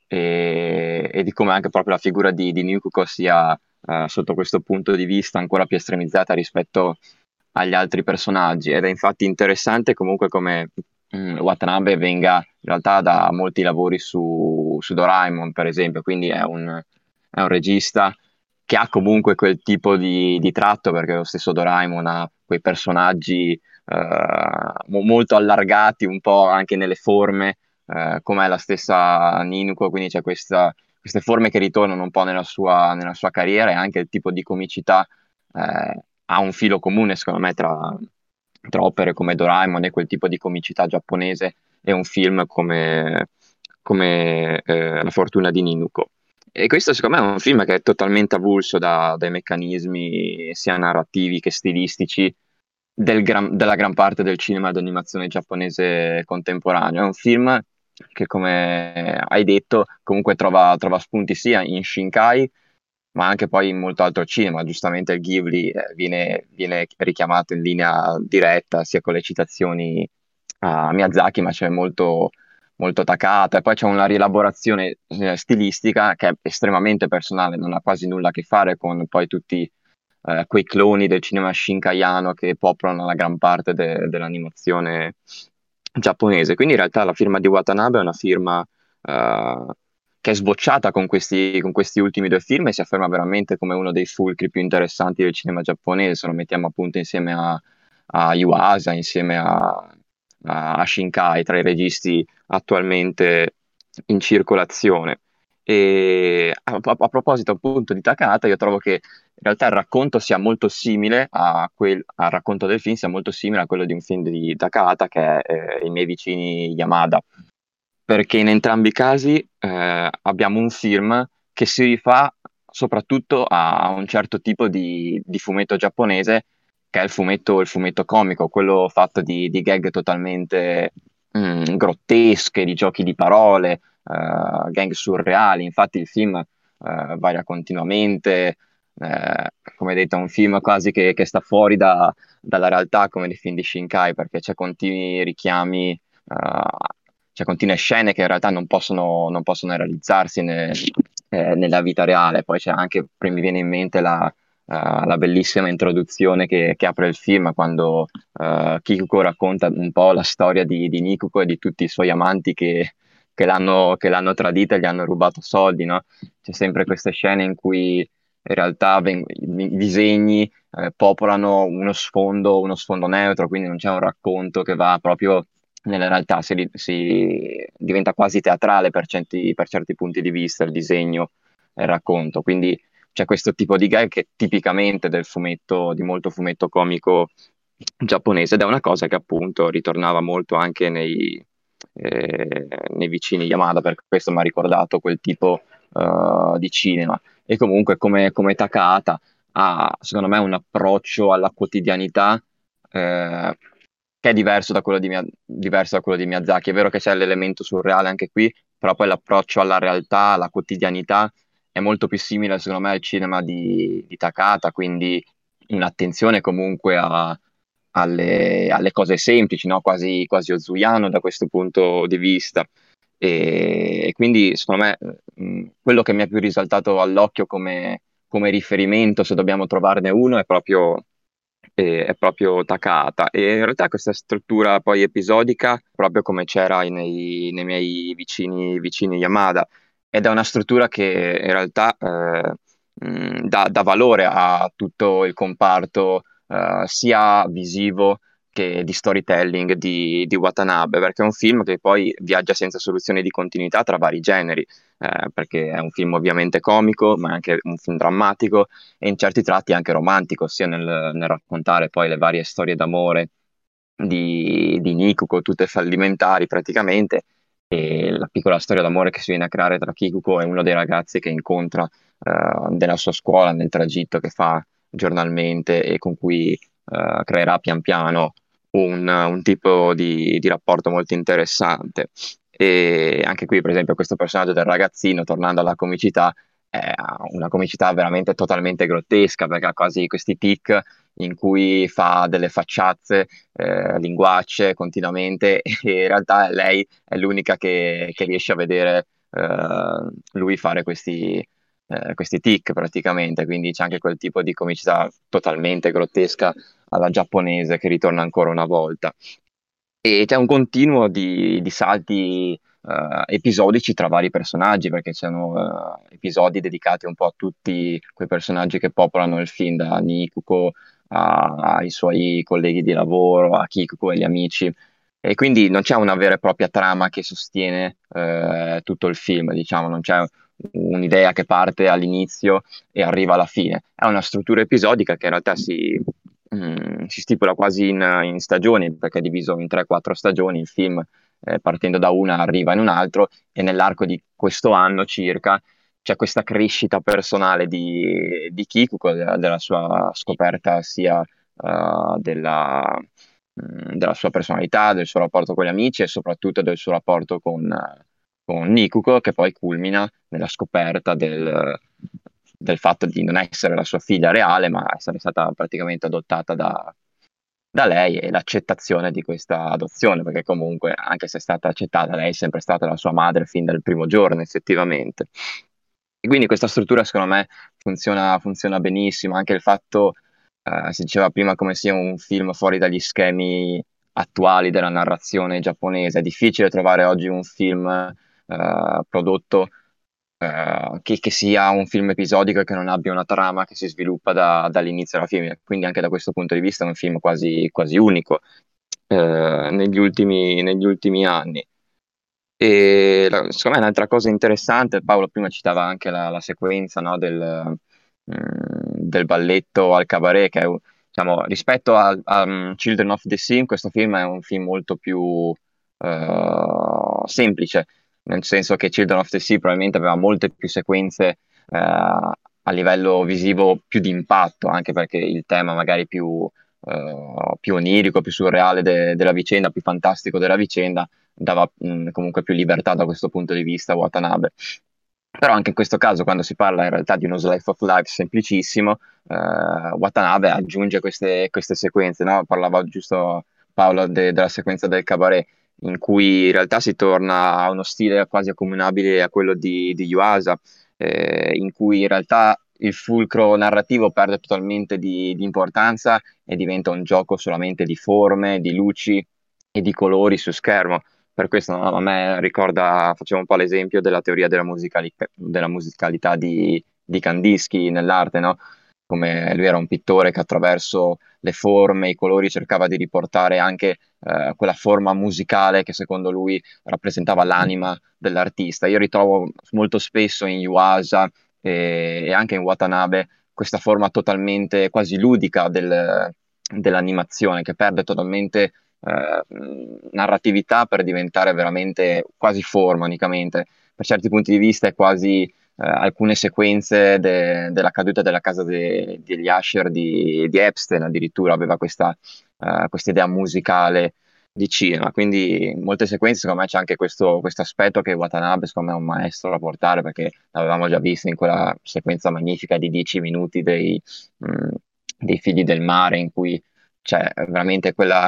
e, e di come anche proprio la figura di, di Nikuko sia eh, sotto questo punto di vista ancora più estremizzata rispetto agli altri personaggi. Ed è infatti interessante comunque come mm, Watanabe venga in realtà da molti lavori su, su Doraemon, per esempio, quindi è un, è un regista che ha comunque quel tipo di, di tratto, perché lo stesso Doraemon ha quei personaggi eh, mo- molto allargati, un po' anche nelle forme, eh, come la stessa Ninuko, quindi c'è questa, queste forme che ritornano un po' nella sua, nella sua carriera, e anche il tipo di comicità eh, ha un filo comune, secondo me, tra, tra opere come Doraemon e quel tipo di comicità giapponese e un film come, come eh, La fortuna di Ninuko. E questo secondo me è un film che è totalmente avulso da- dai meccanismi sia narrativi che stilistici del gran- della gran parte del cinema d'animazione giapponese contemporaneo. È un film che, come hai detto, comunque trova, trova spunti sia in Shinkai, ma anche poi in molto altro cinema. Giustamente il Ghibli eh, viene, viene richiamato in linea diretta sia con le citazioni a Miyazaki, ma c'è molto, molto Takata, e poi c'è una rielaborazione eh, stilistica che è estremamente personale, non ha quasi nulla a che fare con poi tutti eh, quei cloni del cinema shinkaiano che popolano la gran parte de- dell'animazione giapponese. Quindi in realtà la firma di Watanabe è una firma eh, che è sbocciata con questi, con questi ultimi due film e si afferma veramente come uno dei fulcri più interessanti del cinema giapponese, se lo mettiamo appunto insieme a, a Yuasa, insieme a, a, a Shinkai, tra i registi attualmente in circolazione. E a, a- a proposito appunto di Takata, io trovo che in realtà il racconto sia molto simile a quel, al racconto del film sia molto simile a quello di un film di Takahata che è eh, I miei vicini Yamada, perché in entrambi i casi eh, abbiamo un film che si rifà soprattutto a un certo tipo di, di fumetto giapponese, che è il fumetto, il fumetto comico, quello fatto di, di gag totalmente mm, grottesche, di giochi di parole, eh, gang surreali. Infatti il film eh, varia continuamente, eh, come detto, è un film quasi che, che sta fuori da- dalla realtà, come nei film di Shinkai, perché c'è continui richiami, eh, c'è continue scene che in realtà non possono, non possono realizzarsi ne- eh, nella vita reale. Poi c'è anche, mi viene in mente la, eh, la bellissima introduzione che, che apre il film quando eh, Kikuko racconta un po' la storia di, di Nikuko e di tutti i suoi amanti che, che l'hanno che l'hanno tradita e gli hanno rubato soldi, no? C'è sempre queste scene in cui in realtà veng- i disegni eh, popolano uno sfondo, uno sfondo neutro, quindi non c'è un racconto che va proprio nella realtà, si, ri- si diventa quasi teatrale per certi, per certi punti di vista il disegno e il racconto. Quindi c'è questo tipo di gag che è tipicamente del fumetto, di molto fumetto comico giapponese, ed è una cosa che appunto ritornava molto anche nei, eh, nei vicini Yamada, per questo mi ha ricordato quel tipo eh, di cinema. E comunque come, come Takahata ha, secondo me, un approccio alla quotidianità eh, che è diverso da quello di, Mia- diverso da quello di Miyazaki. È vero che c'è l'elemento surreale anche qui, però poi l'approccio alla realtà, alla quotidianità, è molto più simile, secondo me, al cinema di, di Takahata, quindi un'attenzione comunque a- alle, alle cose semplici, no? Quasi, quasi Ozuiano da questo punto di vista. E, e quindi, secondo me, mh, quello che mi è più risaltato all'occhio come, come riferimento, se dobbiamo trovarne uno, è proprio, eh, è proprio Takahata. E in realtà questa struttura poi episodica, proprio come c'era nei, nei miei vicini, vicini Yamada, ed è una struttura che in realtà eh, mh, dà, dà valore a tutto il comparto eh, sia visivo che di storytelling di, di Watanabe, perché è un film che poi viaggia senza soluzioni di continuità tra vari generi, eh, perché è un film ovviamente comico, ma è anche un film drammatico e in certi tratti anche romantico, sia nel, nel raccontare poi le varie storie d'amore di, di Nikuko, tutte fallimentari praticamente, e la piccola storia d'amore che si viene a creare tra Kikuko e uno dei ragazzi che incontra eh, nella sua scuola, nel tragitto che fa giornalmente e con cui eh, creerà pian piano un, un tipo di, di rapporto molto interessante. E anche qui, per esempio, questo personaggio del ragazzino, tornando alla comicità, è una comicità veramente totalmente grottesca, perché ha quasi questi tic in cui fa delle facciazze, eh, linguacce continuamente, e in realtà lei è l'unica che, che riesce a vedere eh, lui fare questi, eh, questi tic praticamente, quindi c'è anche quel tipo di comicità totalmente grottesca alla giapponese che ritorna ancora una volta. E c'è un continuo di, di salti eh, episodici tra vari personaggi, perché ci sono eh, episodi dedicati un po' a tutti quei personaggi che popolano il film, da Nikuko a- ai suoi colleghi di lavoro, a Kikuko e gli amici. E quindi non c'è una vera e propria trama che sostiene eh, tutto il film, diciamo, non c'è un'idea che parte all'inizio e arriva alla fine. È una struttura episodica che in realtà si, mm, si stipula quasi in, in stagioni, perché è diviso in tre quattro stagioni. Il film, eh, partendo da una, arriva in un altro, e nell'arco di questo anno circa c'è questa crescita personale di, di Kikuko, della, della sua scoperta sia uh, della, mh, della sua personalità, del suo rapporto con gli amici e soprattutto del suo rapporto con, con Nikuko, che poi culmina nella scoperta del, del fatto di non essere la sua figlia reale, ma essere stata praticamente adottata da, da lei, e l'accettazione di questa adozione, perché comunque, anche se è stata accettata, lei è sempre stata la sua madre fin dal primo giorno, effettivamente. E quindi questa struttura, secondo me, funziona, funziona benissimo. Anche il fatto, eh, si diceva prima, come sia un film fuori dagli schemi attuali della narrazione giapponese. È difficile trovare oggi un film eh, prodotto eh, che, che sia un film episodico e che non abbia una trama che si sviluppa da- dall'inizio alla fine. Quindi anche da questo punto di vista è un film quasi, quasi unico eh, negli ultimi, negli ultimi anni. E la- secondo me un'altra cosa interessante, Paolo prima citava anche la, la sequenza, no, del, mm, del balletto al cabaret, che è, un- diciamo, rispetto a, a, mm, Children of the Sea, questo film è un film molto più eh, semplice, nel senso che Children of the Sea probabilmente aveva molte più sequenze eh, a livello visivo più di impatto, anche perché il tema magari più, eh, più onirico, più surreale de- della vicenda, più fantastico della vicenda dava mh, comunque più libertà da questo punto di vista a Watanabe. Però anche in questo caso, quando si parla in realtà di uno slice of life semplicissimo, eh, Watanabe aggiunge queste, queste sequenze, no? Parlava giusto Paolo de- della sequenza del cabaret, in cui in realtà si torna a uno stile quasi accomunabile a quello di, di Yuasa, eh, in cui in realtà il fulcro narrativo perde totalmente di, di importanza e diventa un gioco solamente di forme, di luci e di colori su schermo. Per questo no, a me ricorda, facevo un po' l'esempio della teoria della, musicali- della musicalità di, di Kandinsky nell'arte, no? Come lui era un pittore che attraverso le forme, i colori cercava di riportare anche eh, quella forma musicale che secondo lui rappresentava l'anima dell'artista. Io ritrovo molto spesso in Yuasa e, e anche in Watanabe questa forma totalmente quasi ludica del- dell'animazione che perde totalmente eh, narratività per diventare veramente quasi forma unicamente. Per certi punti di vista è quasi eh, alcune sequenze de- della caduta della casa de- degli Usher di, di Epstein addirittura aveva questa eh, questa idea musicale di cinema, quindi in molte sequenze secondo me c'è anche questo aspetto che Watanabe secondo me è un maestro da portare, perché l'avevamo già visto in quella sequenza magnifica di dieci minuti dei, mh, dei Figli del Mare, in cui c'è veramente quella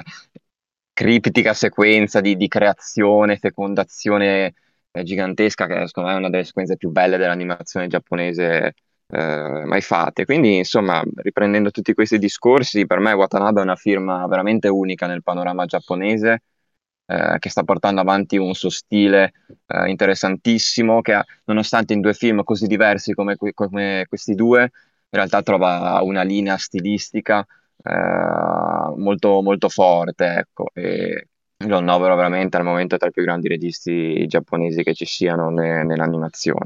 criptica sequenza di, di creazione, fecondazione eh, gigantesca, che secondo me è una delle sequenze più belle dell'animazione giapponese eh, mai fatte. Quindi, insomma, riprendendo tutti questi discorsi, per me Watanabe è una firma veramente unica nel panorama giapponese, eh, che sta portando avanti un suo stile eh, interessantissimo, che ha- nonostante in due film così diversi come, que- come questi due, in realtà trova una linea stilistica eh, molto, molto forte, ecco, e lo annovero veramente al momento tra i più grandi registi giapponesi che ci siano ne- nell'animazione.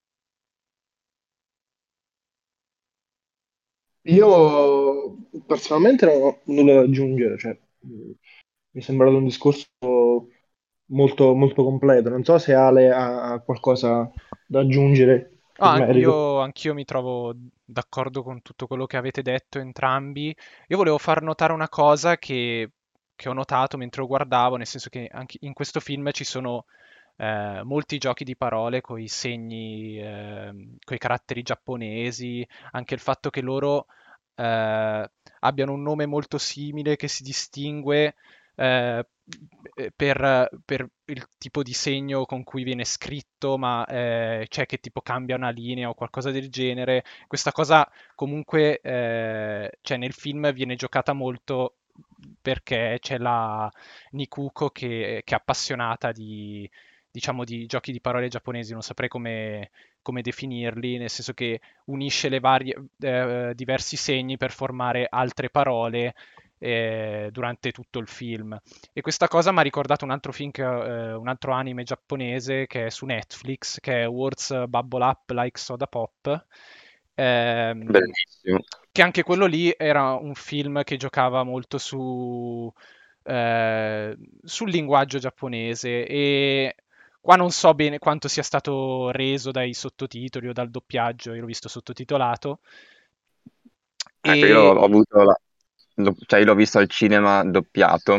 Io personalmente non ho nulla da aggiungere, cioè, mh, mi è sembrato un discorso molto, molto completo. Non so se Ale ha ha qualcosa da aggiungere in Ah, merito. io anch'io mi trovo d'accordo con tutto quello che avete detto entrambi. Io volevo far notare una cosa che, che ho notato mentre lo guardavo, nel senso che anche in questo film ci sono eh, molti giochi di parole con i segni, con i caratteri giapponesi, anche il fatto che loro eh, abbiano un nome molto simile che si distingue eh, per, per il tipo di segno con cui viene scritto, ma eh, c'è che tipo cambia una linea o qualcosa del genere. Questa cosa comunque eh, cioè nel film viene giocata molto perché c'è la Nikuko che, che è appassionata di, diciamo, di giochi di parole giapponesi, non saprei come, come definirli, nel senso che unisce le varie, eh, diversi segni per formare altre parole eh, durante tutto il film. E questa cosa mi ha ricordato un altro film, che, eh, un altro anime giapponese che è su Netflix, che è Words Bubble Up Like Soda Pop, ehm, Bellissimo. che anche quello lì era un film che giocava molto su, eh, sul linguaggio giapponese e qua non so bene quanto sia stato reso dai sottotitoli o dal doppiaggio, io l'ho visto sottotitolato. Ecco, io ho E ho avuto la, lo- cioè io l'ho visto al cinema doppiato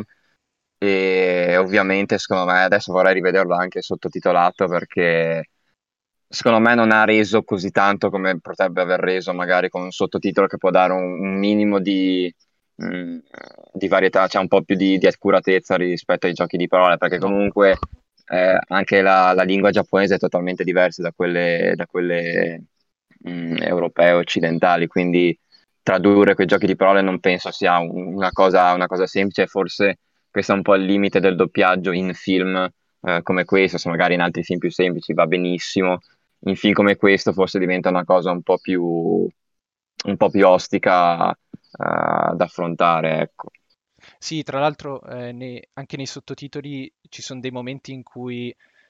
e ovviamente secondo me adesso vorrei rivederlo anche sottotitolato perché secondo me non ha reso così tanto come potrebbe aver reso magari con un sottotitolo che può dare un, un minimo di, mh, di varietà, cioè un po' più di, di accuratezza rispetto ai giochi di parole, perché No. comunque eh, anche la, la lingua giapponese è totalmente diversa da quelle, da quelle mh, europee occidentali, quindi tradurre quei giochi di parole non penso sia un- una cosa, una cosa semplice, forse questo è un po' il limite del doppiaggio in film eh, come questo, se magari in altri film più semplici va benissimo, in film come questo forse diventa una cosa un po' più, un po' più ostica eh, da affrontare, ecco. Sì, tra l'altro eh, ne- anche nei sottotitoli ci sono dei momenti in cui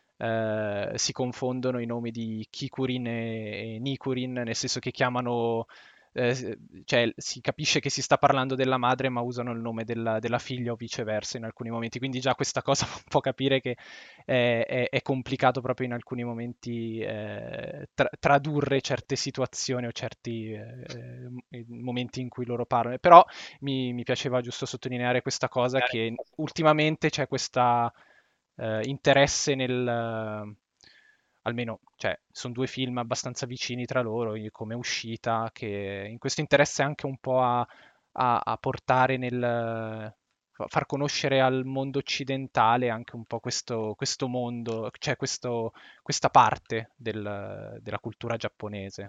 eh, si confondono i nomi di Kikurin e, e Nikurin, nel senso che chiamano, eh, s- cioè si capisce che si sta parlando della madre, ma usano il nome della, della figlia o viceversa in alcuni momenti, quindi già questa cosa può capire che è, è- è complicato proprio in alcuni momenti eh, tra- tradurre certe situazioni o certi eh, eh, momenti in cui loro parlano. Però mi, mi piaceva giusto sottolineare questa cosa che ultimamente c'è questa eh, interesse nel... eh, almeno, cioè, sono due film abbastanza vicini tra loro io- come uscita, che in questo interesse anche un po' a, a- a portare nel... fa- far conoscere al mondo occidentale anche un po' questo, questo mondo, cioè questo, questa parte del- della cultura giapponese.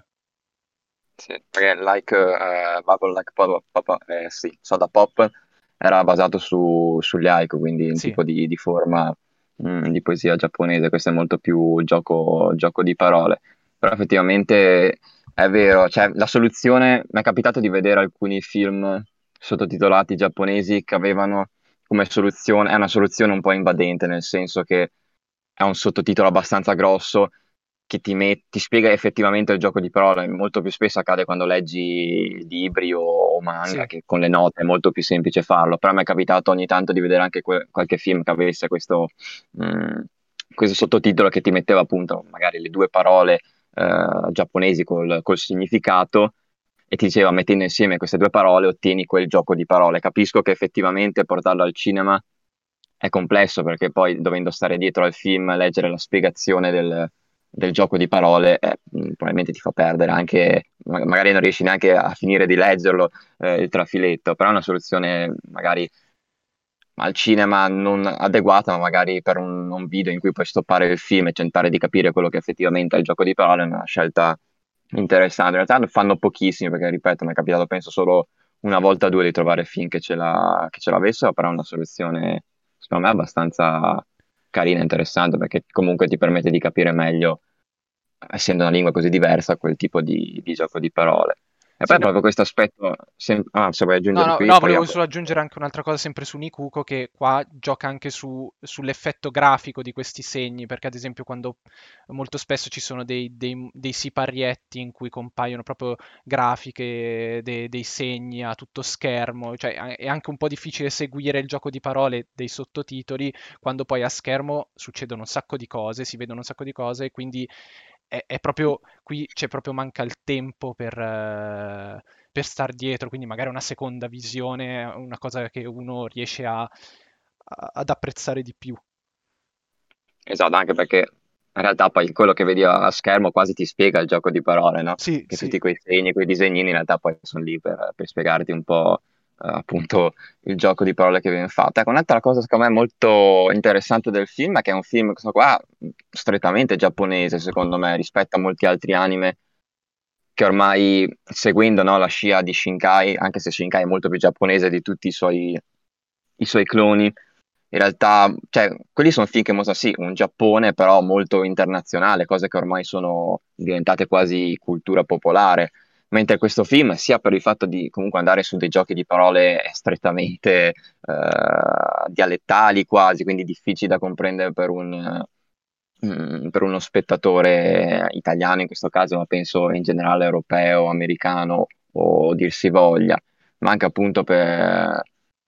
Sì, perché like, eh, Bubble Like Pop, Pop- eh, sì, Soda Pop era basato su, sugli haiku, quindi un Sì, tipo di, di forma mh, di poesia giapponese, questo è molto più gioco, gioco di parole. Però effettivamente è vero, cioè la soluzione, mi è capitato di vedere alcuni film sottotitolati giapponesi che avevano come soluzione, è una soluzione un po' invadente, nel senso che è un sottotitolo abbastanza grosso che ti, met- ti spiega effettivamente il gioco di parole. Molto più spesso accade quando leggi libri o, o manga, sì. che con le note è molto più semplice farlo. Però mi è capitato ogni tanto di vedere anche que- qualche film che avesse questo, mh, questo sottotitolo che ti metteva appunto magari le due parole eh, giapponesi col, col significato e ti diceva mettendo insieme queste due parole ottieni quel gioco di parole. Capisco che effettivamente portarlo al cinema è complesso perché poi dovendo stare dietro al film, leggere la spiegazione del, del gioco di parole, eh, mh, probabilmente ti fa perdere anche, ma- magari non riesci neanche a finire di leggerlo, eh, il trafiletto, però è una soluzione magari al cinema non adeguata, ma magari per un, un video in cui puoi stoppare il film e tentare di capire quello che effettivamente è il gioco di parole, è una scelta interessante. In realtà ne fanno pochissimi, perché ripeto, mi è capitato penso solo una volta o due di trovare film che ce l'ha- che ce l'avessero, però è una soluzione secondo me abbastanza carina e interessante, perché comunque ti permette di capire meglio, essendo una lingua così diversa, quel tipo di, di gioco di parole. E Sì, poi no, proprio questo aspetto, sem- ah, se vuoi No, aggiungere no, qui, no, poi volevo apro. solo aggiungere anche un'altra cosa sempre su Nikuko, che qua gioca anche su- sull'effetto grafico di questi segni, perché ad esempio quando molto spesso ci sono dei, dei- dei siparietti in cui compaiono proprio grafiche, de- dei segni a tutto schermo, cioè a- è anche un po' difficile seguire il gioco di parole dei sottotitoli, quando poi a schermo succedono un sacco di cose, si vedono un sacco di cose, e quindi è, è proprio, qui c'è proprio manca il tempo per... eh, per star dietro, quindi magari una seconda visione, una cosa che uno riesce a- a- ad apprezzare di più. Esatto, anche perché in realtà poi quello che vedi a a schermo quasi ti spiega il gioco di parole, no? Sì, Che sì, tutti quei segni, quei disegnini in realtà poi sono lì per, per spiegarti un po' eh, appunto il gioco di parole che viene fatto. Ecco, un'altra cosa secondo me molto interessante del film è che è un film, questo qua, strettamente giapponese secondo me rispetto a molti altri anime che ormai seguendo, no, la scia di Shinkai, anche se Shinkai è molto più giapponese di tutti i suoi, i suoi cloni, in realtà, cioè, quelli sono film che mostrano sì, un Giappone però molto internazionale, cose che ormai sono diventate quasi cultura popolare, mentre questo film, sia per il fatto di comunque andare su dei giochi di parole strettamente eh, dialettali quasi, quindi difficili da comprendere per un, mm, per uno spettatore italiano in questo caso, ma penso in generale europeo, americano o dir si voglia, ma anche appunto per,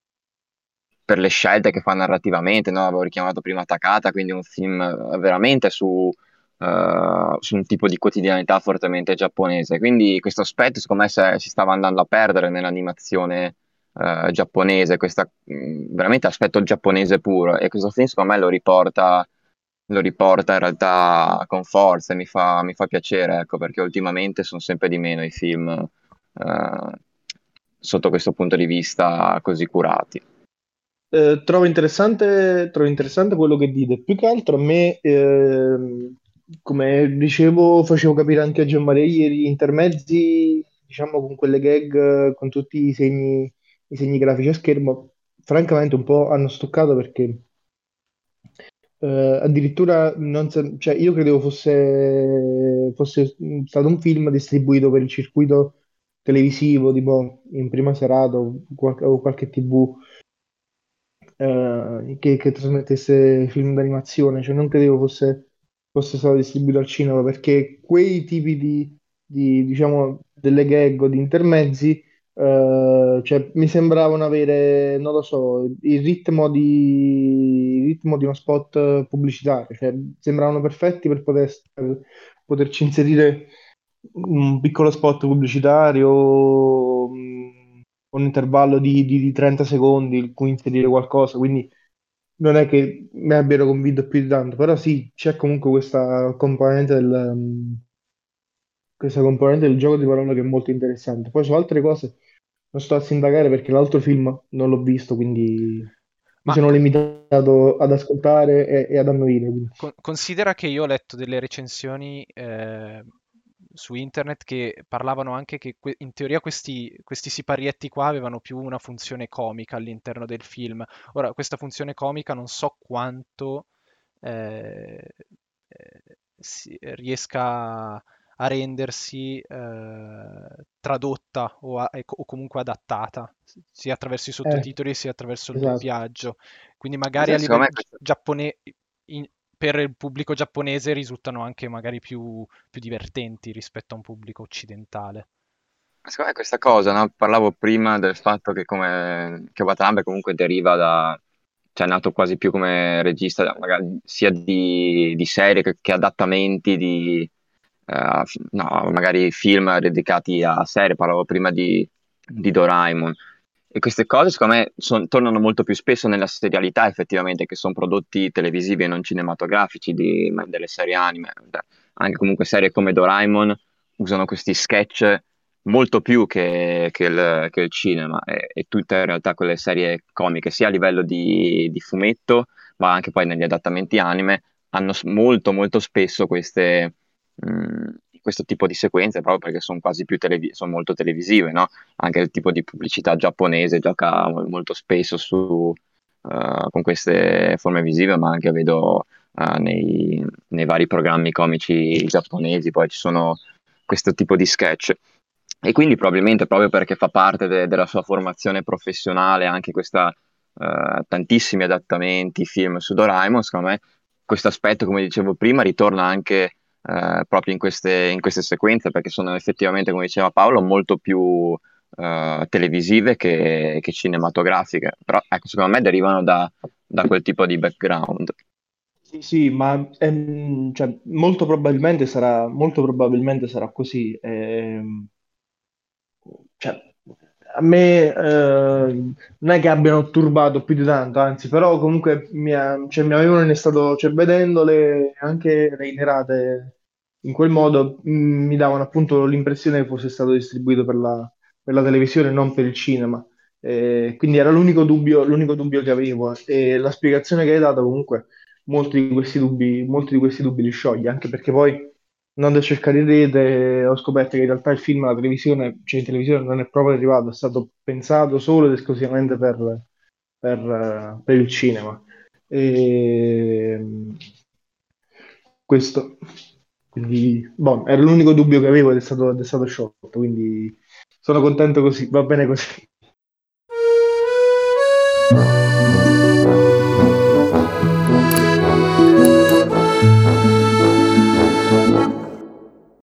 per le scelte che fa narrativamente, no? Avevo richiamato prima Takata, quindi un film eh, veramente su, eh, su un tipo di quotidianità fortemente giapponese. Quindi questo aspetto, secondo me, se- si stava andando a perdere nell'animazione eh, giapponese, questa mh, veramente aspetto giapponese puro, e questo film secondo me lo riporta, lo riporta in realtà con forza, e mi fa, mi fa piacere, ecco, perché ultimamente sono sempre di meno i film eh, sotto questo punto di vista così curati. Eh, trovo interessante, trovo interessante quello che dite. Più che altro a me, ehm, come dicevo, facevo capire anche a Gianmaria ieri, gli intermezzi, diciamo, con quelle gag, eh, con tutti i segni, i segni grafici a schermo, francamente un po' hanno stoccato perché eh, addirittura non sa- cioè, io credevo fosse, fosse stato un film distribuito per il circuito televisivo, tipo in prima serata o qualche, o qualche T V eh, che, che trasmettesse film d'animazione, cioè non credevo fosse, fosse stato distribuito al cinema perché quei tipi di, di, diciamo, delle gag o di intermezzi, eh, cioè, mi sembravano avere, non lo so, il ritmo di, il ritmo di uno spot pubblicitario, cioè sembravano perfetti per poter, per poterci inserire un piccolo spot pubblicitario, mh, un intervallo di, di- di trenta secondi in cui inserire qualcosa, quindi non è che mi abbiano convinto più di tanto, però sì, c'è comunque questa componente del, mh, questa componente del gioco di parole che è molto interessante. Poi su altre cose non sto a sindacare perché l'altro film non l'ho visto, quindi mi Ma sono co- limitato ad ascoltare e, e ad annoire. Quindi. Con- considera che io ho letto delle recensioni eh, su internet che parlavano anche che que- in teoria questi, questi siparietti qua avevano più una funzione comica all'interno del film. Ora, questa funzione comica non so quanto eh, eh, si- riesca a rendersi eh, tradotta o, a- o comunque adattata, sia attraverso i Eh, sottotitoli sia attraverso il esatto. doppiaggio. Quindi Ma magari a sai, secondo livello me questo, giapponese, per il pubblico giapponese risultano anche magari più, più divertenti rispetto a un pubblico occidentale. secondo me questa cosa, no? Parlavo prima del fatto che, come, che Watanabe comunque deriva da, cioè è nato quasi più come regista, magari sia di, di serie che, che adattamenti di, eh, fi- no, magari film dedicati a serie, parlavo prima di, di Doraemon. E queste cose, secondo me, son- tornano molto più spesso nella serialità, effettivamente, che sono prodotti televisivi e non cinematografici di- ma delle serie anime. Cioè, anche comunque serie come Doraemon usano questi sketch molto più che, che il, che il cinema, e, e tutte in realtà quelle serie comiche, sia a livello di, di fumetto, ma anche poi negli adattamenti anime, hanno s- molto molto spesso queste, mh, questo tipo di sequenze, proprio perché sono quasi più televi- sono molto televisive, no? Anche il tipo di pubblicità giapponese gioca mo- molto spesso su, eh, con queste forme visive, ma anche vedo eh, nei, nei vari programmi comici giapponesi, poi ci sono questo tipo di sketch. E quindi probabilmente proprio perché fa parte de- della sua formazione professionale, anche questa, eh, tantissimi adattamenti, film su Doraemon, secondo me questo aspetto, come dicevo prima, ritorna anche eh, proprio in queste, in queste sequenze, perché sono effettivamente, come diceva Paolo, molto più eh, televisive che, che cinematografiche. Però ecco, secondo me derivano da, da quel tipo di background. Sì, sì, ma ehm, cioè, molto probabilmente sarà, molto probabilmente sarà così. ehm, cioè, a me eh, non è che abbiano turbato più di tanto, anzi, però comunque mi, ha- cioè, mi avevano innestato, cioè, vedendole anche reiterate in quel modo, mh, mi davano appunto l'impressione che fosse stato distribuito per la, per la televisione, non per il cinema. Eh, quindi era l'unico dubbio, l'unico dubbio che avevo. E la spiegazione che hai dato comunque molti di questi dubbi, molti di questi dubbi li scioglie, anche perché poi andando a cercare in rete ho scoperto che in realtà il film alla televisione, cioè in televisione non è proprio arrivato, è stato pensato solo ed esclusivamente per, per, eh, per il cinema. E questo, quindi, boh, era l'unico dubbio che avevo ed è stato, ed è stato sciolto, quindi sono contento così, va bene così.